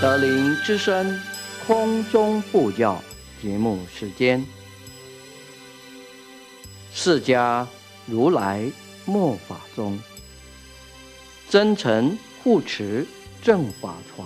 德林之声空中布教节目时间，释迦如来末法中，真诚护持正法床，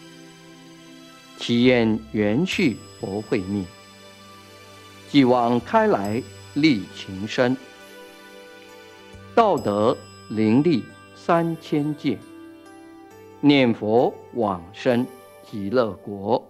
祈愿延续佛慧命，继往开来立情深，道德灵力3000界，念佛往生极乐国。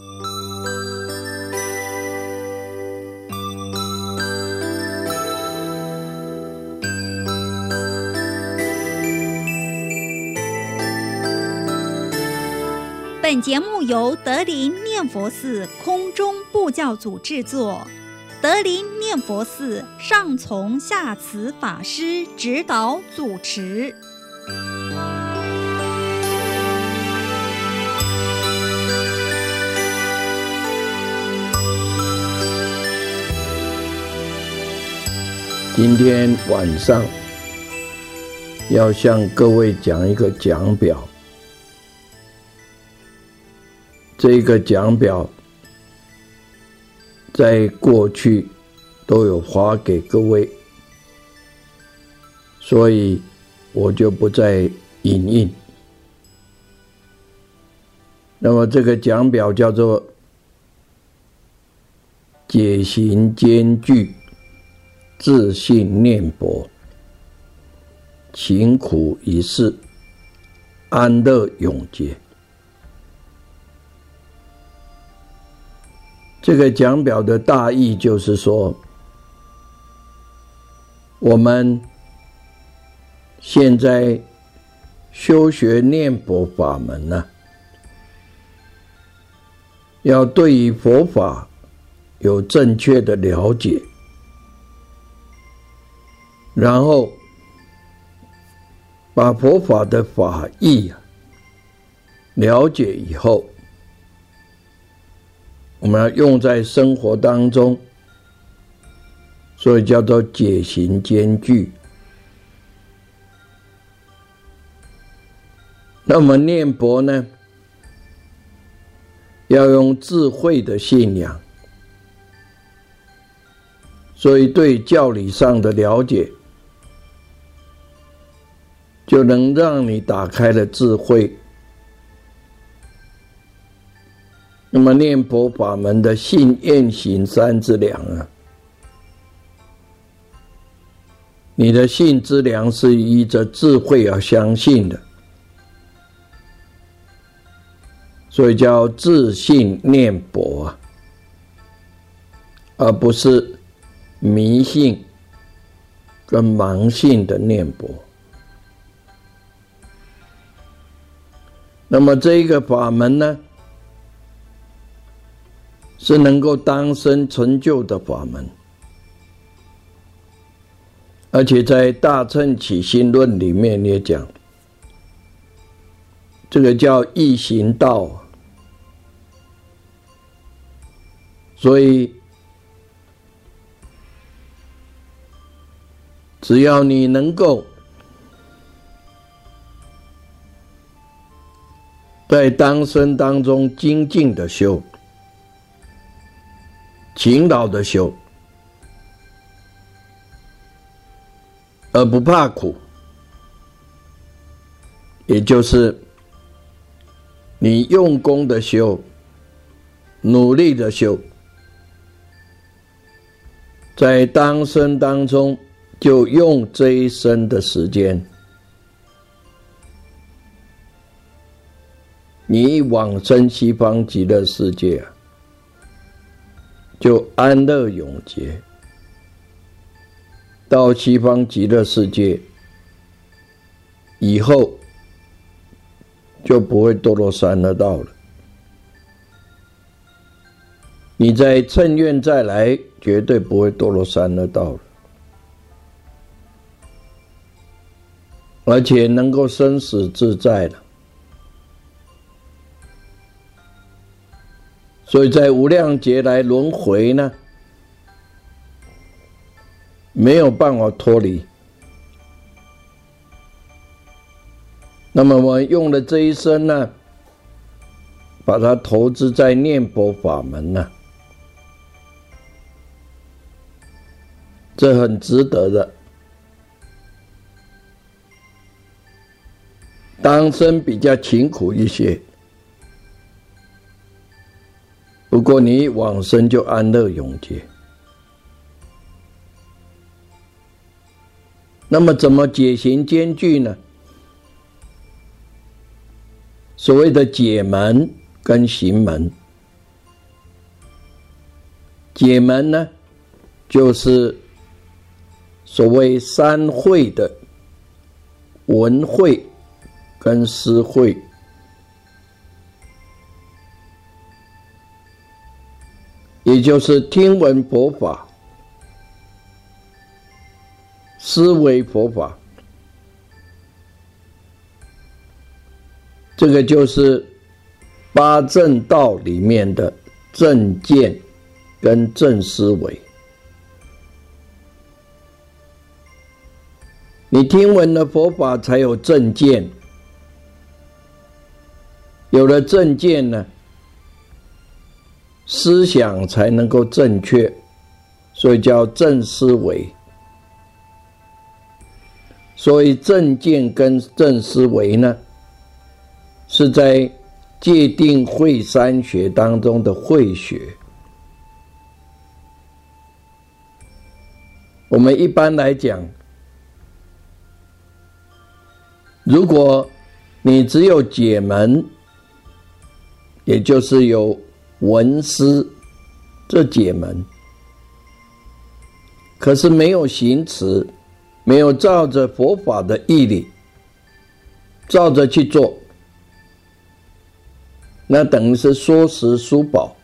本节目由德林念佛寺空中布教组制作，德林念佛寺上从下慈法师指导主持。 今天晚上要向各位讲一个讲表，这个讲表在过去都有发给各位，所以我就不再引印。那么这个讲表叫做解行兼具自信念佛，勤苦一世，安乐永结。这个讲表的大意就是说，我们现在修学念佛法门呢，要对于佛法有正确的了解，然后把佛法的法义了解以后，我们要用在生活当中，所以叫做解行兼具。那么念佛呢，要用智慧的信仰，所以对教理上的了解，就能让你打开了智慧。那么念佛法门的信愿行3资粮你的信资粮是依着智慧而相信的，所以叫自信念佛而不是迷信跟盲信的念佛。那么这一个法门呢，是能够当生成就的法门，而且在《大乘起心论》里面也讲，这个叫易行道。所以只要你能够在当生当中精进的修，勤劳的修，而不怕苦，也就是你用功的修，努力的修，在当生当中就用这一生的时间，你一往生西方极乐世界就安乐永结，到西方极乐世界以后就不会堕落三恶道了。你再趁愿再来，绝对不会堕落三恶道了，而且能够生死自在了。所以在无量劫来轮回呢，没有办法脱离。那么我们用了这一生呢， 把它投资在念佛法门呢，这很值得的。当生比较勤苦一些，不过你一往生就安乐永劫。那么怎么解行兼具呢？所谓的解门跟行门，解门呢，就是所谓三慧的闻慧跟思慧。也就是听闻佛法，思维佛法，这个就是八正道里面的正见跟正思维。你听闻了佛法，才有正见，有了正见呢，思想才能够正确，所以叫正思维。所以正见跟正思维呢，是在戒定慧三学当中的慧学。我们一般来讲，如果你只有解门，也就是有闻思这解门，可是没有行持，没有照着佛法的义理照着去做，那等于是说食书饱，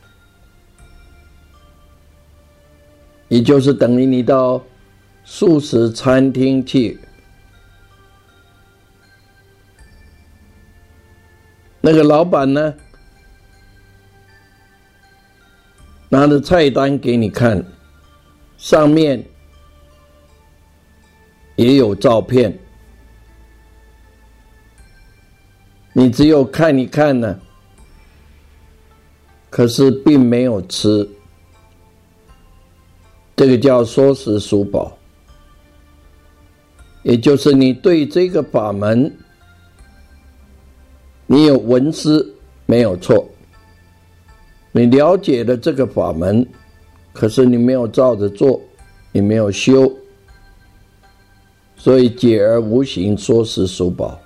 也就是等于你到素食餐厅去，那个老板呢，拿着菜单给你看，上面也有照片，你只有看一看呢，可是并没有吃，这个叫说食书饱。也就是你对这个法门，你有闻思没有错，你了解了这个法门，可是你没有照着做，你没有修，所以解而无行，说食书饱。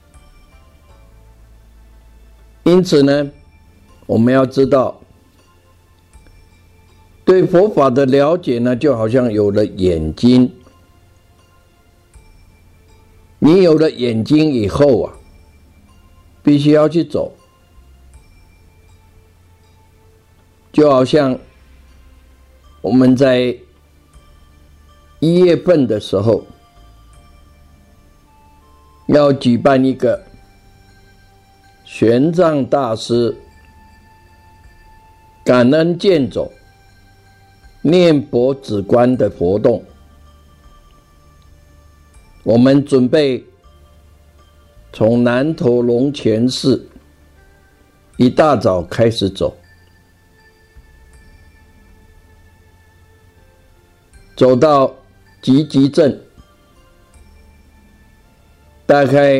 因此呢，我们要知道，对佛法的了解呢，就好像有了眼睛。你有了眼睛以后啊，必须要去走，就好像我们在1月份的时候要举办一个玄奘大师感恩健走念佛止观的活动，我们准备从南投龙泉寺一大早开始走，走到集集镇，大概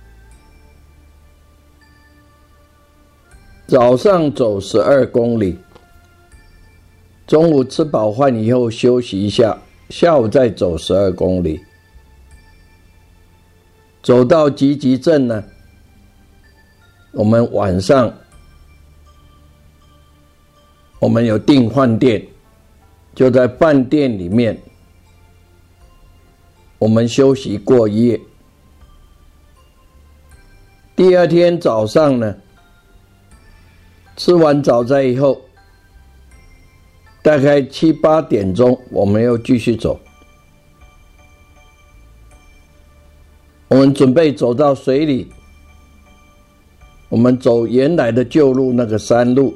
早上走12公里，中午吃饱饭以后休息一下，下午再走12公里。走到集集镇呢，我们晚上我们有订饭店，就在饭店里面我们休息过夜。第二天早上呢，吃完早餐以后，大概7、8点钟，我们又继续走。我们准备走到水里，我们走原来的旧路那个山路，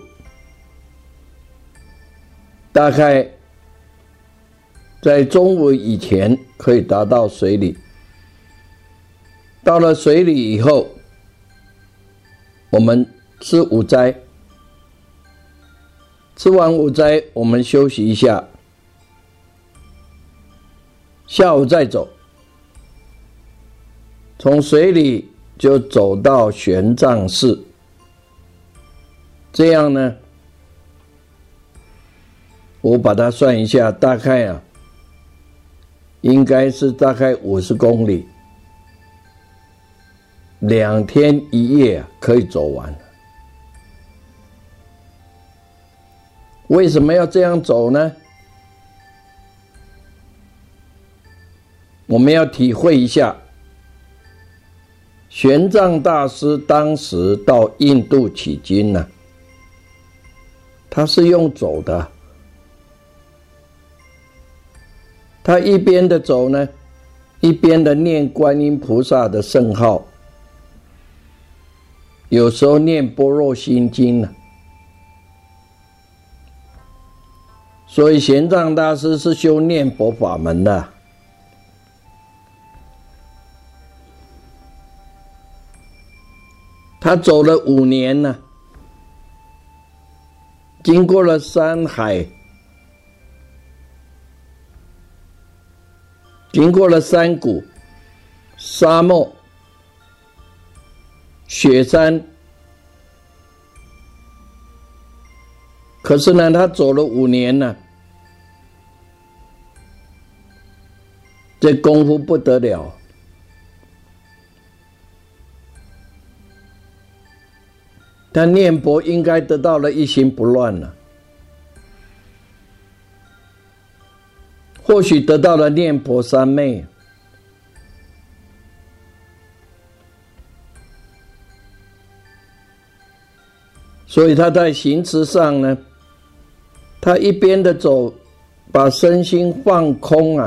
大概在中午以前可以达到水里。到了水里以后，我们吃午斋， 吃完午斋，我们休息一下，下午再走，从水里就走到玄奘寺。这样呢，我把它算一下，大概应该是大概50公里，2天1夜可以走完。为什么要这样走呢？我们要体会一下，玄奘大师当时到印度取经呢，他是用走的，他一边的走呢，一边的念观音菩萨的圣号，有时候念般若心经呢。所以玄奘大师是修念佛法门的。他走了5年呢，经过了山海，经过了山谷、沙漠、雪山，可是呢，他走了5年呢，这功夫不得了。他念佛应该得到了一心不乱了，或许得到了念佛三昧。所以他在行持上呢，他一边的走，把身心放空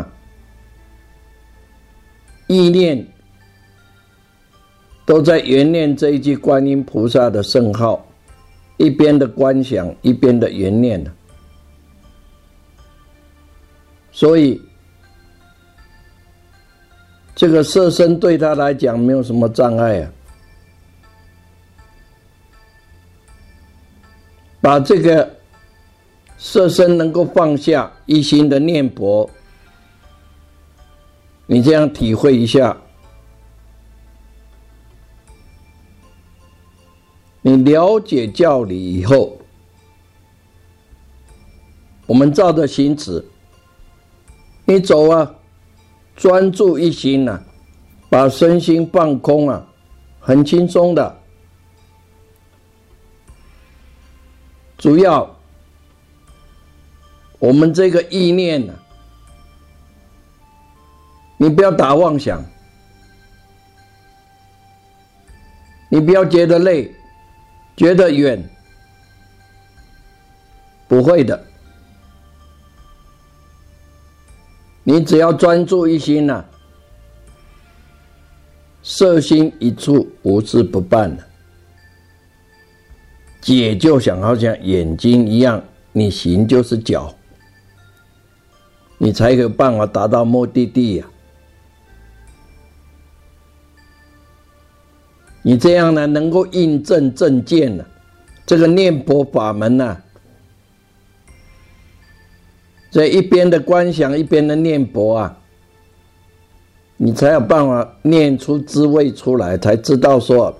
意念都在缘念这一句观音菩萨的圣号，一边的观想，一边的缘念。所以这个色身对他来讲没有什么障碍把这个色身能够放下，一心的念佛，你这样体会一下，你了解教理以后，我们照着行持，你走专注一心把身心放空很轻松的。主要我们这个意念你不要打妄想，你不要觉得累，觉得远，不会的。你只要专注一心摄心一处，无事不办解就想好像眼睛一样，你行就是脚，你才有办法达到目的地你这样呢，能够印证正见这个念佛法门这一边的观想，一边的念佛你才有办法念出滋味出来，才知道说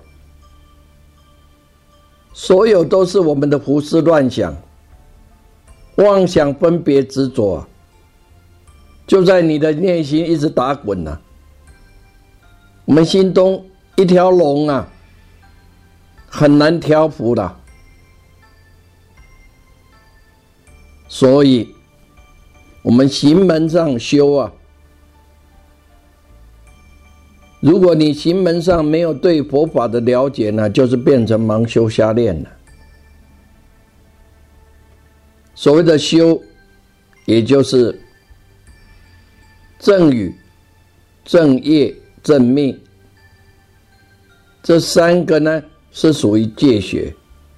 所有都是我们的胡思乱想、妄想、分别、执着就在你的内心一直打滚我们心中一条龙很难调伏的。所以我们行门上修如果你行门上没有对佛法的了解呢，就是变成盲修瞎练了。所谓的修，也就是正语、正业、正命，这3个呢是属于戒学，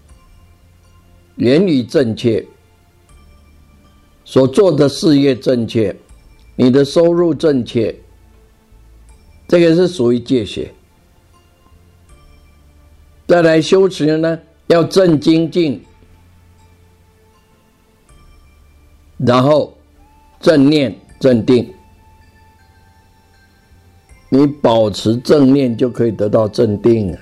言语正确，所做的事业正确，你的收入正确，这个是属于戒学。再来修持呢，要正精进， 然后正念正定，你保持正念就可以得到正定了。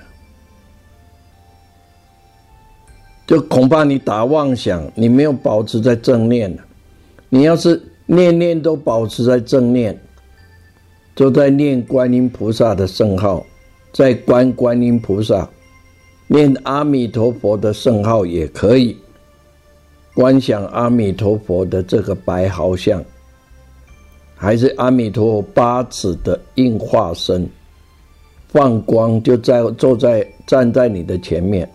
就恐怕你打妄想，你没有保持在正念了。你要是念念都保持在正念，就在念观音菩萨的圣号，在观观音菩萨，念阿弥陀佛的圣号也可以，观想阿弥陀佛的这个白毫像，还是阿弥陀佛8尺的应化身，放光就站在你的前面。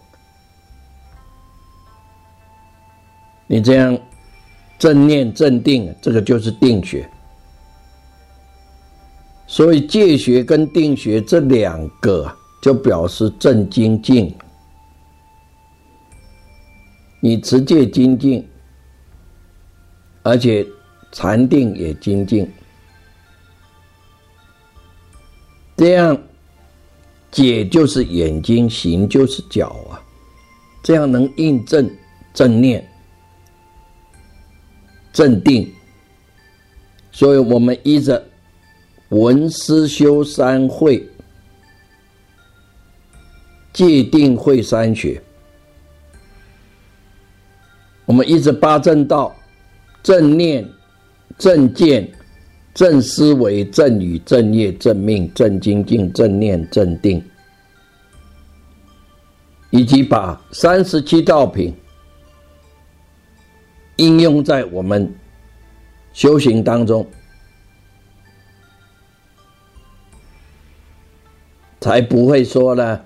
你这样正念正定，这个就是定学。所以戒学跟定学这2个就表示正精进。你持戒精进，而且禅定也精进，这样解就是眼睛，行就是脚啊，这样能印证正念正定。所以我们依着闻思修3会，戒定慧3学，我们依着8正道：正念、正见、正思维、正语、正业、正命、正精进、正念、正定，以及把37道品应用在我们修行当中，才不会说呢，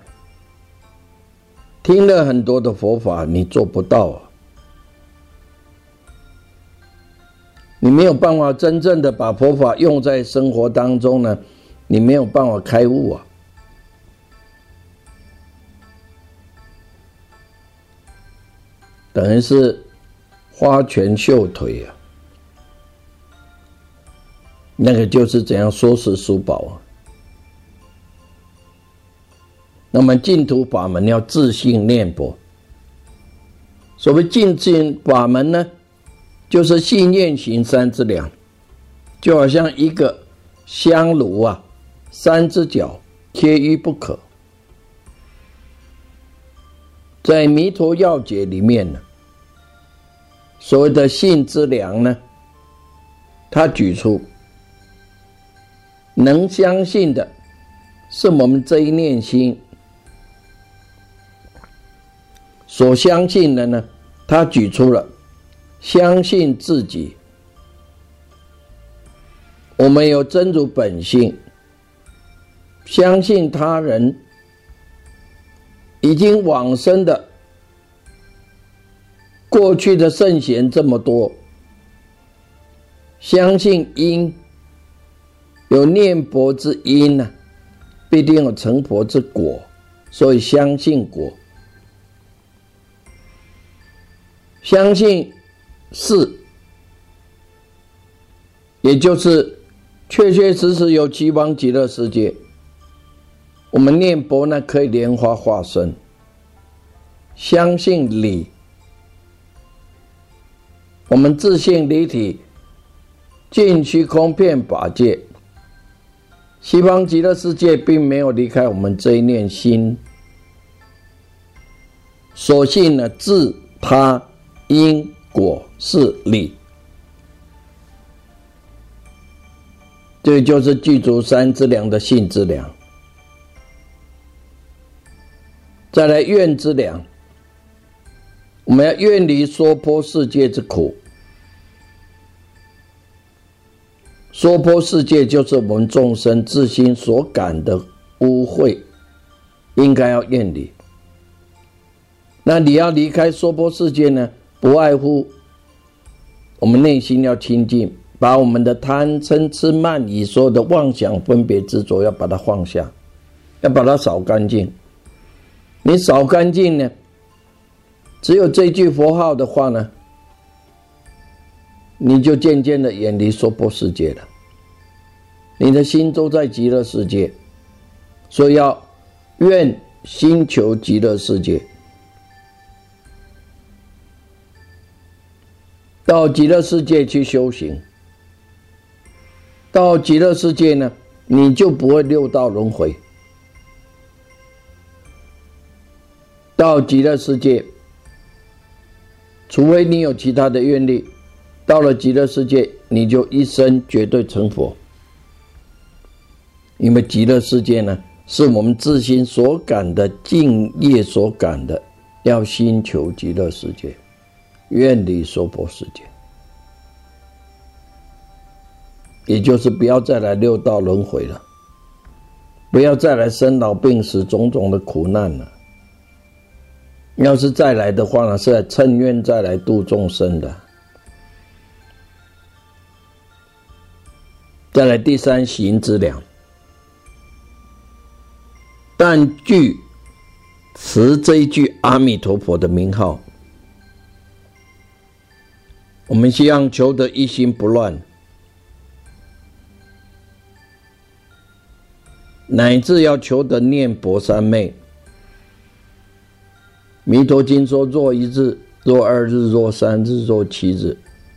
听了很多的佛法你做不到啊，你没有办法真正的把佛法用在生活当中呢，你没有办法开悟啊。等于是花拳绣腿啊，那个就是怎样缩食书宝啊。那么净土法门要自信念佛，所谓净土法门呢，就是信愿行3资粮，就好像一个香炉啊，3只脚缺一不可。在弥陀要解里面呢，所谓的信资粮呢，他举出能相信的是我们这一念心，所相信的呢，他举出了相信自己，我们有真如本性，相信他人已经往生的过去的圣贤这么多，相信因有念佛之因呢，必定有成佛之果，所以相信果。相信是，也就是确确实实有西方极乐世界。我们念佛呢，可以莲花化身。相信理，我们自性离体，尽虚空遍法界。西方极乐世界并没有离开我们这一念心，所信呢，自他因果是理，这就是具足3资粮的信资粮。再来愿资粮，我们要愿离娑婆世界之苦。娑婆世界就是我们众生自心所感的污秽，应该要远离。那你要离开娑婆世界呢，不外乎我们内心要清净，把我们的贪嗔痴慢疑所有的妄想分别执着要把它放下，要把它扫干净。你扫干净呢，只有这句佛号的话呢，你就渐渐的远离娑婆世界了，你的心都在极乐世界，所以要愿心求极乐世界。 到极乐世界去修行。到极乐世界呢，你就不会六道轮回。到极乐世界，除非你有其他的愿力，到了极乐世界，你就一生绝对成佛。因为极乐世界呢，是我们自心所感的净业所感的，要心求极乐世界，愿离娑婆世界，也就是不要再来六道轮回了，不要再来生老病死种种的苦难了。要是再来的话呢，是来趁愿再来度众生的。再来第三行之良，但具持这一句阿弥陀佛的名号，我们希望求得一心不乱，乃至要求得念佛三昧。弥陀经说，若一日，若二日，若三日，若七日。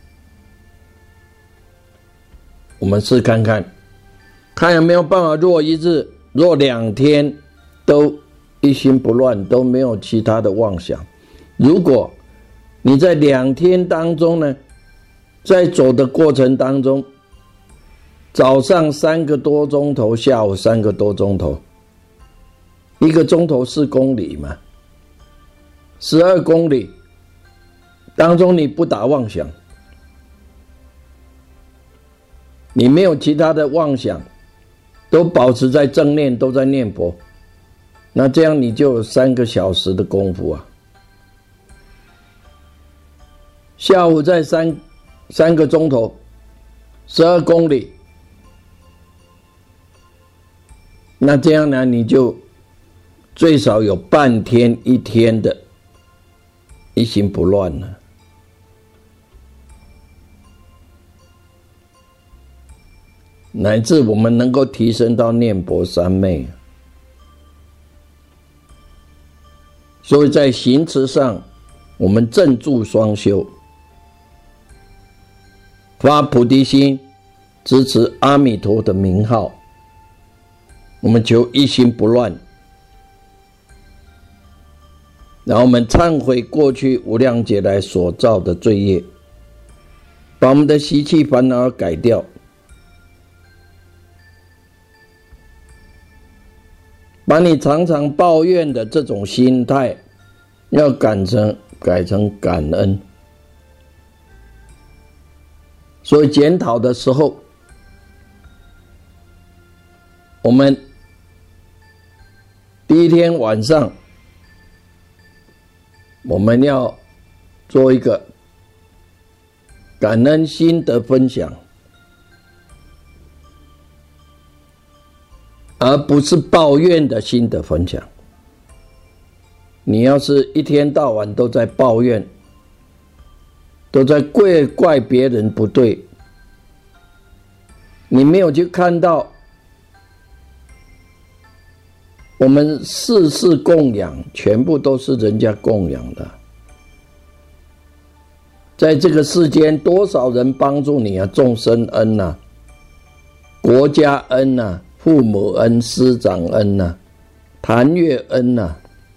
我们试看看，看有没有办法若一日，若2天都一心不乱，都没有其他的妄想。如果你在2天当中呢，在走的过程当中，早上3个多钟头，下午3个多钟头，1个钟头4公里嘛，12公里当中你不打妄想，你没有其他的妄想，都保持在正念，都在念佛，那这样你就有3个小时的功夫啊。下午再3个钟头，12公里，那这样呢，你就最少有半天1天的一心不乱了。乃至我们能够提升到念佛三昧。所以在行持上，我们正住双修，发菩提心，支持阿弥陀的名号，我们求一心不乱，然后我们忏悔过去无量劫来所造的罪业，把我们的习气烦恼改掉，把你常常抱怨的这种心态要改成感恩。所以检讨的时候，我们第一天晚上我们要做一个感恩心得分享，而不是抱怨的心得分享。你要是一天到晚都在抱怨，都在怪别人不对，你没有去看到我们世事供养全部都是人家供养的。在这个世间，多少人帮助你啊，众生恩啊，国家恩啊，父母恩，师长恩啊，檀越恩啊，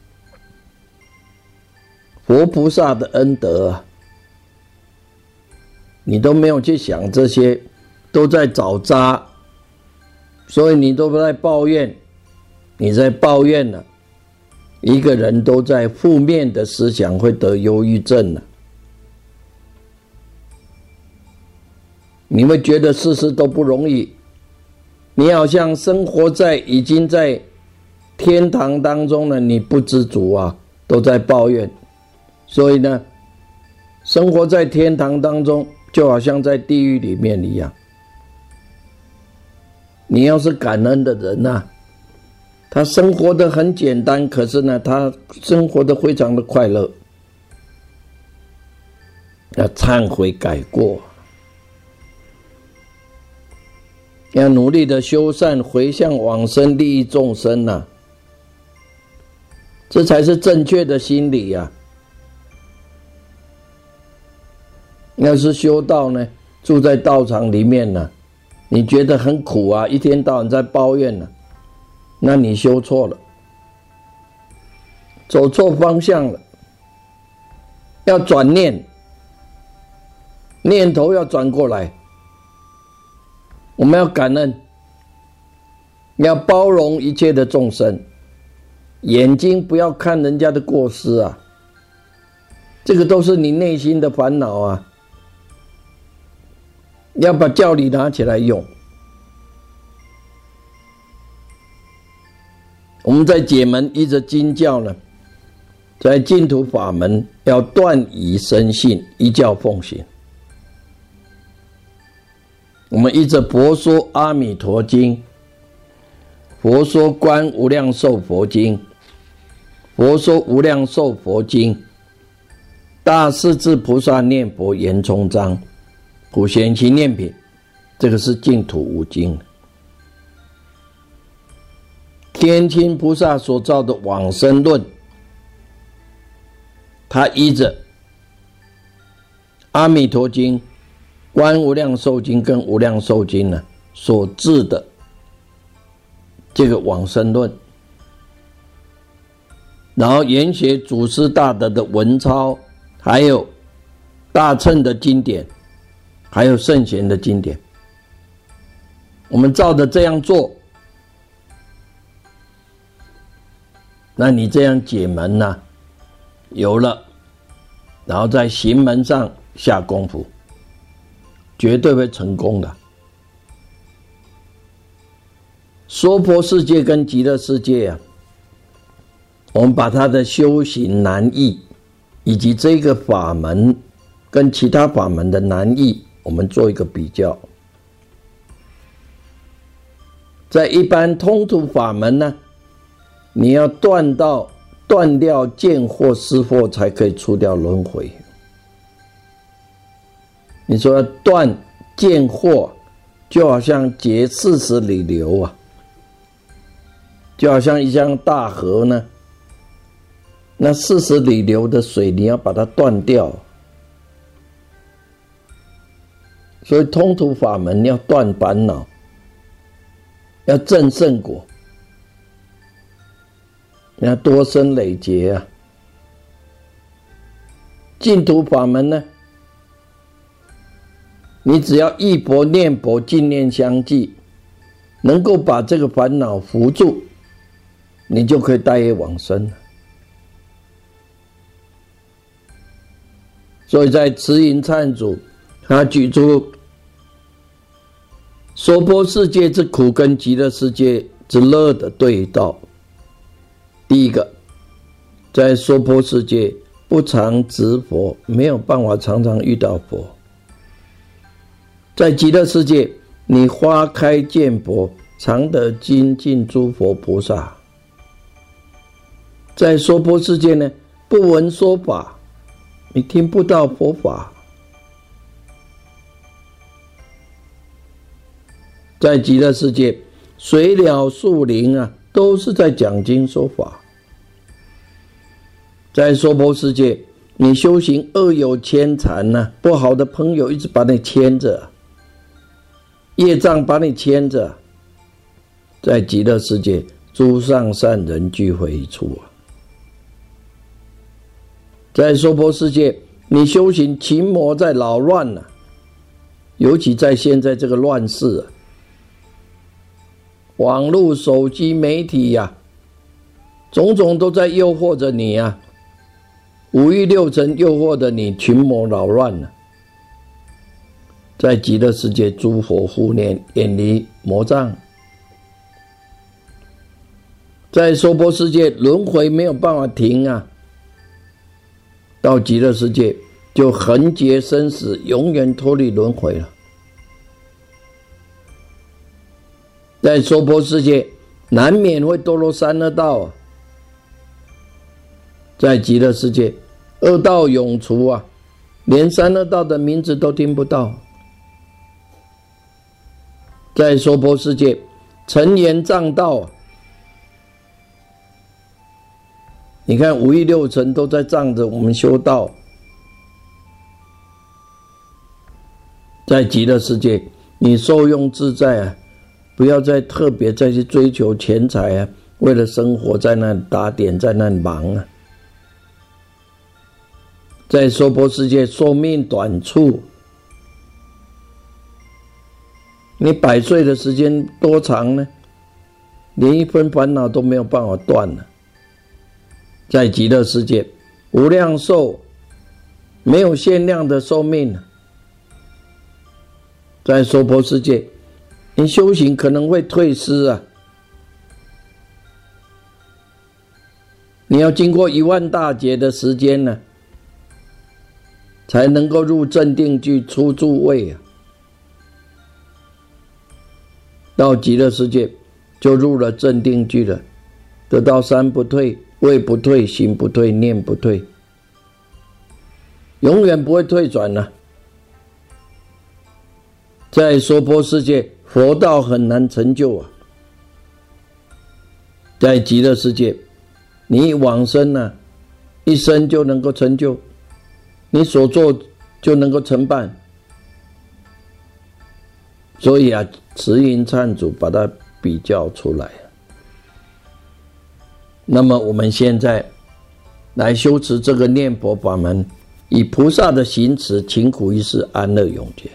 佛菩萨的恩德啊，你都没有去想这些，都在找渣，所以你都在抱怨。你在抱怨了，一个人都在负面的思想，会得忧郁症了。你会觉得事事都不容易，你好像生活在已经在天堂当中了，你不知足啊，都在抱怨。所以呢，生活在天堂当中，就好像在地狱里面一样。你要是感恩的人啊，他生活的很简单，可是呢，他生活的非常的快乐。要忏悔改过，要努力的修善，回向往生，利益众生啊，这才是正确的心理啊。 要是修道呢，住在道场里面呢，你觉得很苦啊，一天到晚在抱怨呢，那你修错了，走错方向了。要转念，念头要转过来。我们要感恩，要包容一切的众生，眼睛不要看人家的过失啊，这个都是你内心的烦恼啊。要把教理拿起来用。我们在解门依着经教呢，在净土法门要断疑生信，依教奉行。我们依着佛说阿弥陀经，佛说观无量寿佛经，佛说无量寿佛经，大势至菩萨念佛言充章，普贤行念品，这个是净土五经。天亲菩萨所造的往生论，他依着阿弥陀经、观无量寿经跟无量寿经呢所制的这个往生论，然后研学祖师大德的文钞，还有大乘的经典，还有圣贤的经典，我们照着这样做，那你这样解门呢，有了，然后在行门上下功夫，绝对会成功的。娑婆世界跟极乐世界啊，我们把它的修行难易，以及这个法门跟其他法门的难易，我们做一个比较。在一般通途法门呢，你要断掉见惑思惑，才可以出掉轮回。你说断见惑，就好像截40里流啊，就好像一江大河呢，那40里流的水，你要把它断掉。所以通途法门要断烦恼，要证圣果，你要多生累劫啊。净土法门呢，你只要忆佛念佛，净念相继，能够把这个烦恼扶住，你就可以带业往生。所以在慈云忏祖，他举出娑婆世界之苦跟极乐世界之乐的对道。第一个，在娑婆世界不常执佛，没有办法常常遇到佛。在极乐世界，你花开见佛，常得精进诸佛菩萨。在娑婆世界呢，不闻说法，你听不到佛法。在极乐世界，水鸟树林啊，都是在讲经说法。在娑婆世界，你修行恶有牵缠啊，不好的朋友一直把你牵着，业障把你牵着。在极乐世界，诸上善人聚会一处啊。在娑婆世界，你修行情魔在扰乱啊，尤其在现在这个乱世啊，网络、手机、媒体呀，种种都在诱惑着你啊，五欲六尘诱惑着你，群魔扰乱了。在极乐世界，诸佛护念，远离魔障。在娑婆世界，轮回没有办法停啊，到极乐世界就横结生死，永远脱离轮回了。在娑婆世界，难免会堕落三恶道啊。在极乐世界，恶道永除啊，连三恶道的名字都听不到。在娑婆世界，尘缘障道啊，你看五欲六尘都在障着我们修道。 在极乐世界，你受用自在啊，不要再特别再去追求钱财啊，为了生活在那里打点，在那里忙啊。在娑婆世界，寿命短促，你100岁的时间多长呢？连一分烦恼都没有办法断了。在极乐世界，无量寿，没有限量的寿命。在娑婆世界，你修行可能会退失啊，你要经过10000大劫的时间呢，才能够入正定具出诸位啊。到极乐世界就入了正定具了，得到三不退，位不退，行不退，念不退，永远不会退转了。在娑婆世界，佛道很难成就啊。在极乐世界，你往生啊，一生就能够成就，你所做就能够成办。所以啊，慈云忏祖把它比较出来。那么我们现在来修持这个念佛法门，以菩萨的行持，勤苦一世，安乐永结。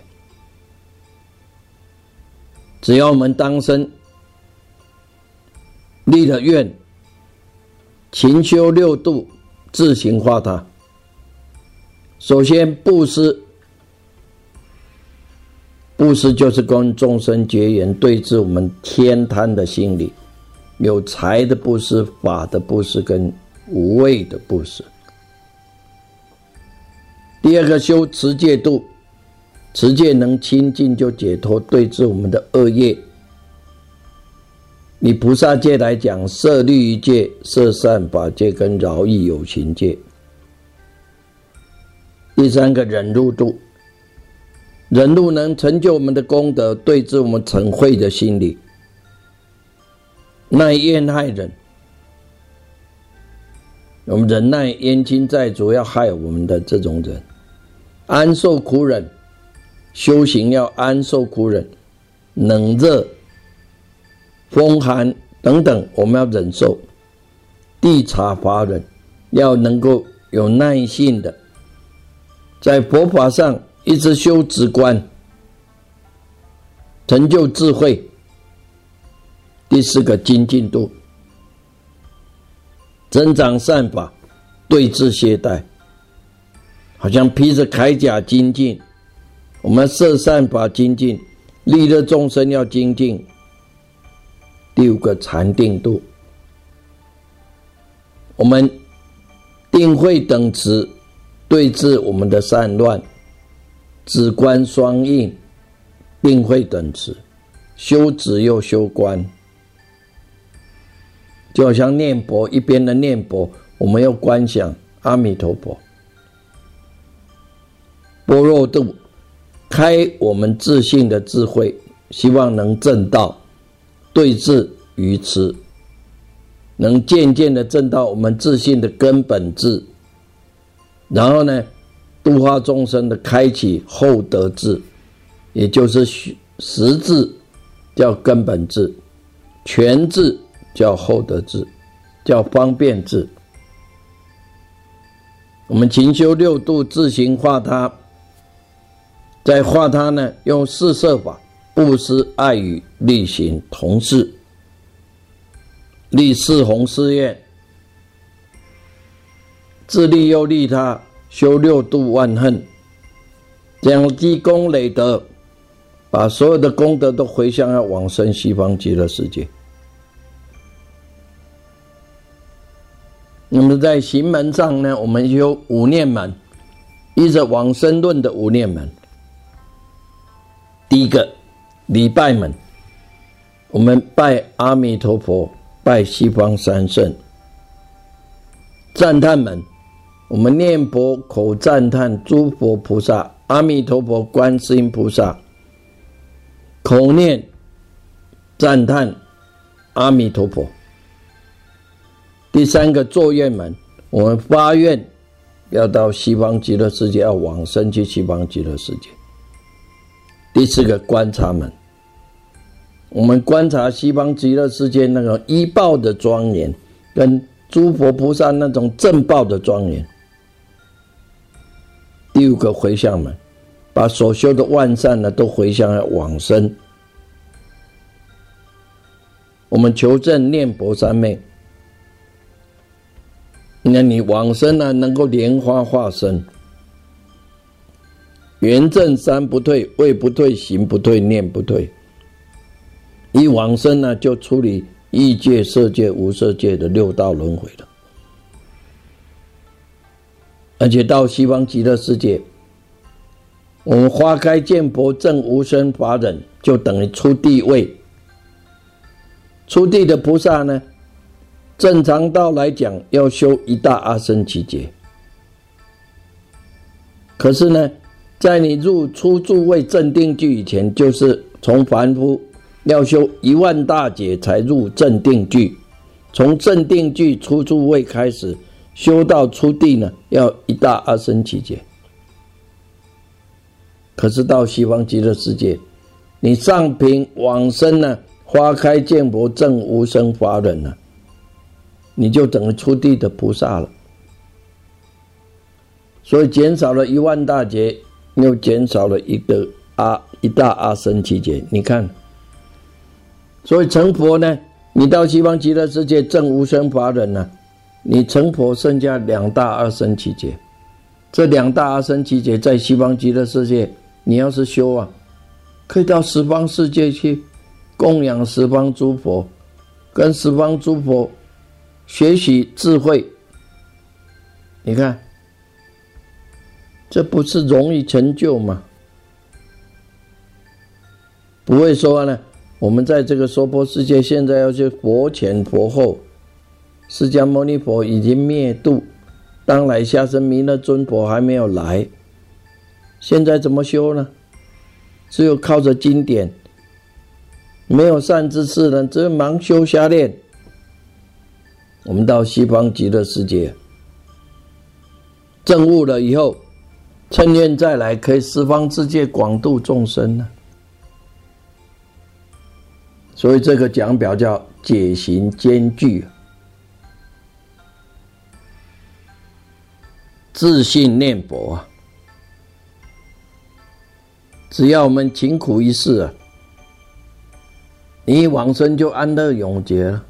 只要我们当生立了愿，勤修6度，自行化他。首先布施，布施就是跟众生结缘，对治我们天贪的心理，有财的布施、法的布施跟无畏的布施。第二个修持戒度，持戒能清净就解脱，对治我们的恶业。以菩萨戒来讲，摄律仪戒、摄善法戒跟饶益有情戒。第三个忍辱度，忍辱能成就我们的功德，对治我们嗔恚的心理。耐怨害人，我们忍耐冤亲债主要害我们的这种人。安受苦忍，修行要安受苦忍，冷热风寒等等我们要忍受。谛察法忍，要能够有耐性的在佛法上一直修止观，成就智慧。第四个精进度，增长善法，对治懈怠，好像披着铠甲精进。我们摄善法精进，利乐众生要精进。第五个禅定度，我们定慧等持，对治我们的散乱，止观双应，定慧等持，修止又修观。就好像念佛，一边的念佛，我们要观想阿弥陀佛。般若度，开我们自性的智慧，希望能证道，对治愚痴，能渐渐的证到我们自性的根本智。然后呢，度化众生的开启后得智，也就是实智叫根本智，全智叫后得智，叫方便智。我们勤修6度，自行化他。在化他呢，用4摄法：布施、爱语、力行、同事，立4弘誓愿，自利又利他，修6度万恨，这样积功累德，把所有的功德都回向要往生西方极乐世界。那么在行门上呢，我们修5念门，依着往生论的5念门。第一个礼拜门，我们拜阿弥陀佛，拜西方三圣。赞叹门，我们念佛口赞叹诸佛菩萨，阿弥陀佛、观世音菩萨，口念赞叹阿弥陀佛。第三个作愿门，我们发愿要到西方极乐世界，要往生去西方极乐世界。 第四个观察门，我们观察西方极乐世界那个依报的庄严，跟诸佛菩萨那种正报的庄严。第五个回向门，把所修的万善呢都回向了往生。我们求证念佛三昧，那你往生呢能够莲花化身，圆正三不退，位不退，行不退，念不退。一往生呢就处理异界、色界、无色界的六道轮回了。而且到西方极乐世界，我们花开见佛证无生法忍，就等于出地位。出地的菩萨呢，正常道来讲要修一大阿僧祇劫，可是呢，在你入初住位正定具以前，就是从凡夫要修10000大劫才入正定具，从正定具初住位开始修到出地呢，要一大阿僧祇劫。可是到西方极乐世界，你上品往生呢，花开见佛证无生法忍呢，你就等于出地的菩萨了。所以减少了10000大劫，又减少了一大阿僧祇劫。你看，所以成佛呢，你到西方极乐世界证无生法忍呢，你成佛剩下2大阿僧祇劫。这2大阿僧祇劫在西方极乐世界，你要是修啊，可以到十方世界去供养十方诸佛，跟十方诸佛学习智慧。你看，这不是容易成就吗？不会说呢，我们在这个娑婆世界现在要去佛前佛后，释迦牟尼佛已经灭度，当来下生弥勒尊佛还没有来，现在怎么修呢？只有靠着经典，没有善知识呢，只有盲修瞎练。我们到西方极乐世界证悟了以后，趁愿再来，可以十方世界广度众生呢。所以这个讲表叫解行兼具，自信念佛啊。只要我们勤苦一世啊，你一往生就安乐永劫了。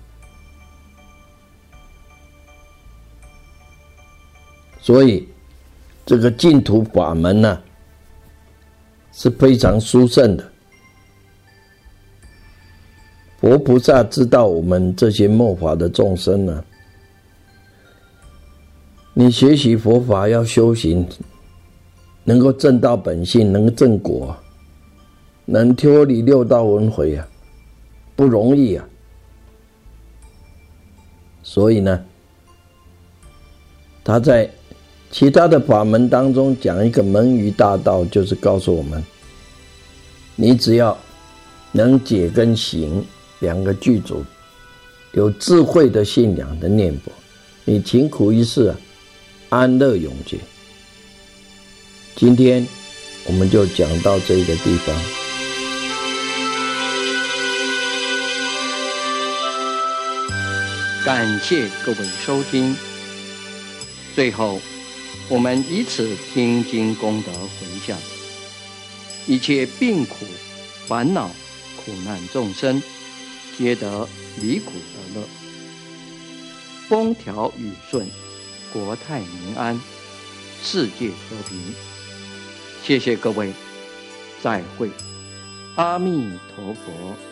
所以这个净土法门呢，是非常殊胜的。佛菩萨知道我们这些末法的众生呢，你学习佛法要修行，能够证到本性，能证果，能脱离六道轮回啊，不容易啊。所以呢，他在其他的法门当中讲一个门隅大道，就是告诉我们，你只要能解跟行两个具足，有智慧的信仰的念佛，你勤苦一世啊，安乐永劫。今天我们就讲到这个地方。 感谢各位收听。最后，我们以此听经功德回向，一切病苦、烦恼、苦难众生，皆得离苦得乐，风调雨顺，国泰民安，世界和平。谢谢各位，再会，阿弥陀佛。